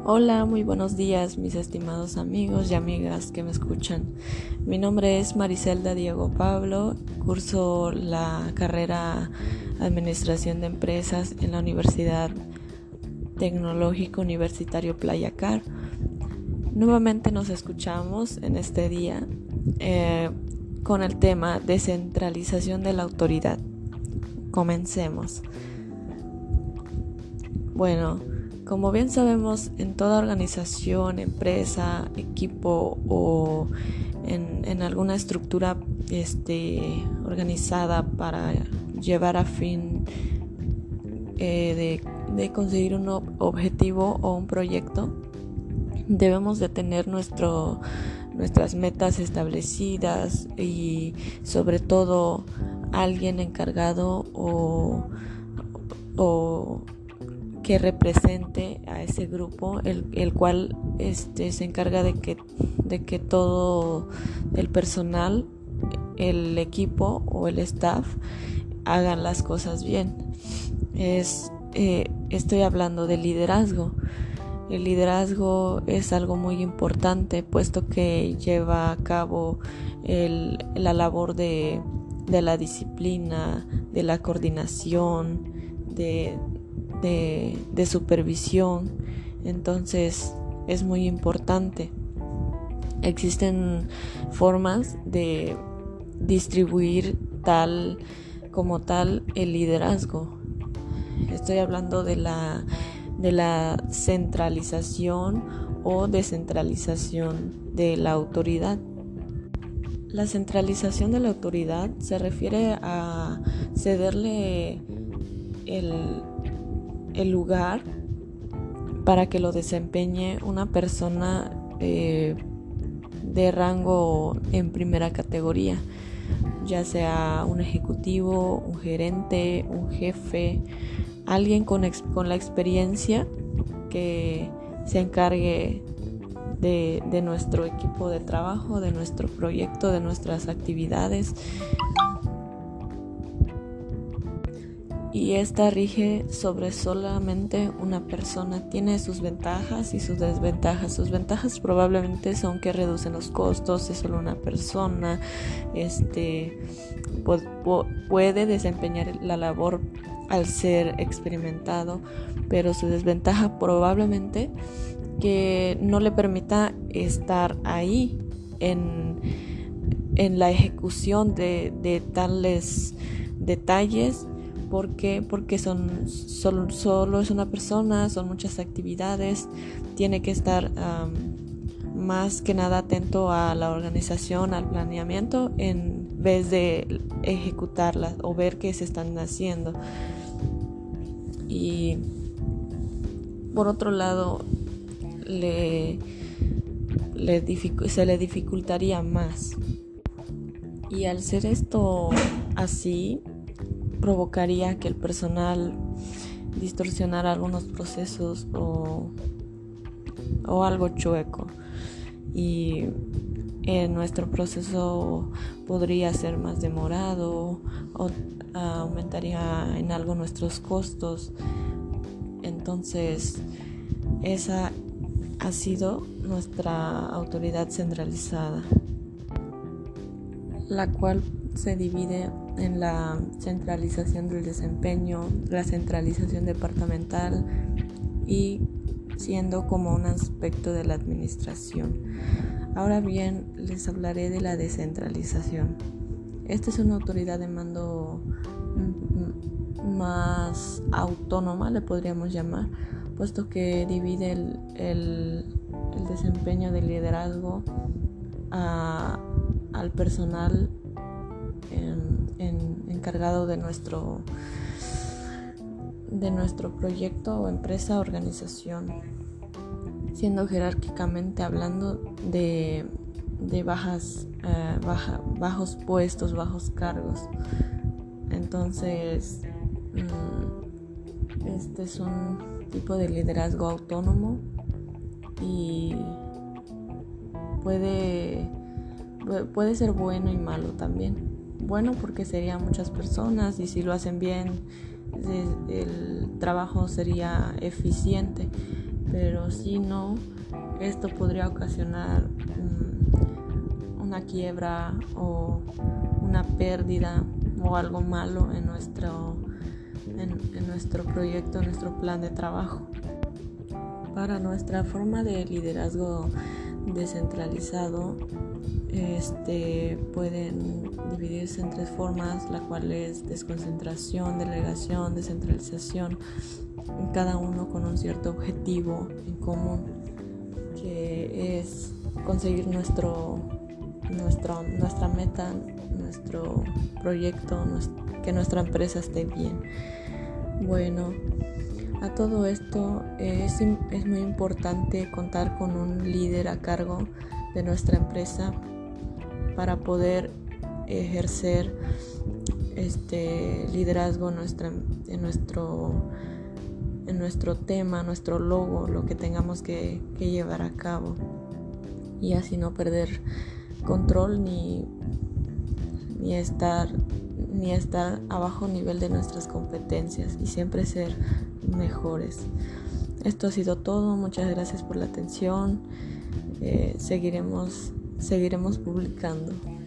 Hola, muy buenos días, mis estimados amigos y amigas que me escuchan. Mi nombre es Mariselda Diego Pablo, curso la carrera Administración de Empresas en la Universidad Tecnológico Universitario Playa Car. Nuevamente nos escuchamos en este día con el tema descentralización de la autoridad. Comencemos. Bueno, como bien sabemos, en toda organización, empresa, equipo o en alguna estructura organizada para llevar a fin de conseguir un objetivo o un proyecto, debemos de tener nuestras metas establecidas y sobre todo alguien encargado o que represente a ese grupo, el cual se encarga de que todo el personal, el equipo o el staff hagan las cosas bien. Estoy hablando de liderazgo. El liderazgo es algo muy importante, puesto que lleva a cabo la labor de la disciplina, de la coordinación, de supervisión. Entonces es muy importante. Existen formas de distribuir tal el liderazgo. Estoy hablando de la centralización o descentralización de la autoridad. La centralización de la autoridad se refiere a cederle el lugar para que lo desempeñe una persona de rango en primera categoría, ya sea un ejecutivo, un gerente, un jefe, alguien con la experiencia que se encargue de nuestro equipo de trabajo, de nuestro proyecto, de nuestras actividades. Y esta rige sobre solamente una persona. Tiene sus ventajas y sus desventajas. Sus ventajas probablemente son que reducen los costos, es solo una persona, puede desempeñar la labor al ser experimentado, pero su desventaja probablemente que no le permita estar ahí en la ejecución de tales detalles. ¿Por qué? Porque solo es una persona, son muchas actividades, tiene que estar más que nada atento a la organización, al planeamiento, en vez de ejecutarlas o ver qué se están haciendo. Y por otro lado, se le dificultaría más. Y al ser esto así, provocaría que el personal distorsionara algunos procesos o algo chueco, y nuestro proceso podría ser más demorado o aumentaría en algo nuestros costos. Entonces esa ha sido nuestra autoridad centralizada, la cual se divide en la centralización del desempeño, la centralización departamental y siendo como un aspecto de la administración. Ahora bien, les hablaré de la descentralización. Esta es una autoridad de mando más autónoma, le podríamos llamar, puesto que divide el desempeño del liderazgo al personal encargado de nuestro proyecto o empresa, organización, siendo jerárquicamente hablando de bajos puestos, bajos cargos. Entonces este es un tipo de liderazgo autónomo y puede ser bueno y malo también. Bueno, porque serían muchas personas y si lo hacen bien el trabajo sería eficiente, pero si no, esto podría ocasionar una quiebra o una pérdida o algo malo en nuestro proyecto, en nuestro plan de trabajo. Para nuestra forma de liderazgo descentralizado, pueden dividirse en 3 formas, la cual es desconcentración, delegación, descentralización, cada uno con un cierto objetivo en común, que es conseguir nuestra meta, nuestro proyecto, que nuestra empresa esté bien. Bueno, a todo esto es muy importante contar con un líder a cargo de nuestra empresa para poder ejercer liderazgo en nuestro tema, nuestro logo, lo que tengamos que llevar a cabo, y así no perder control ni estar a bajo nivel de nuestras competencias y siempre ser mejores. Esto ha sido todo. Muchas gracias por la atención. Seguiremos publicando.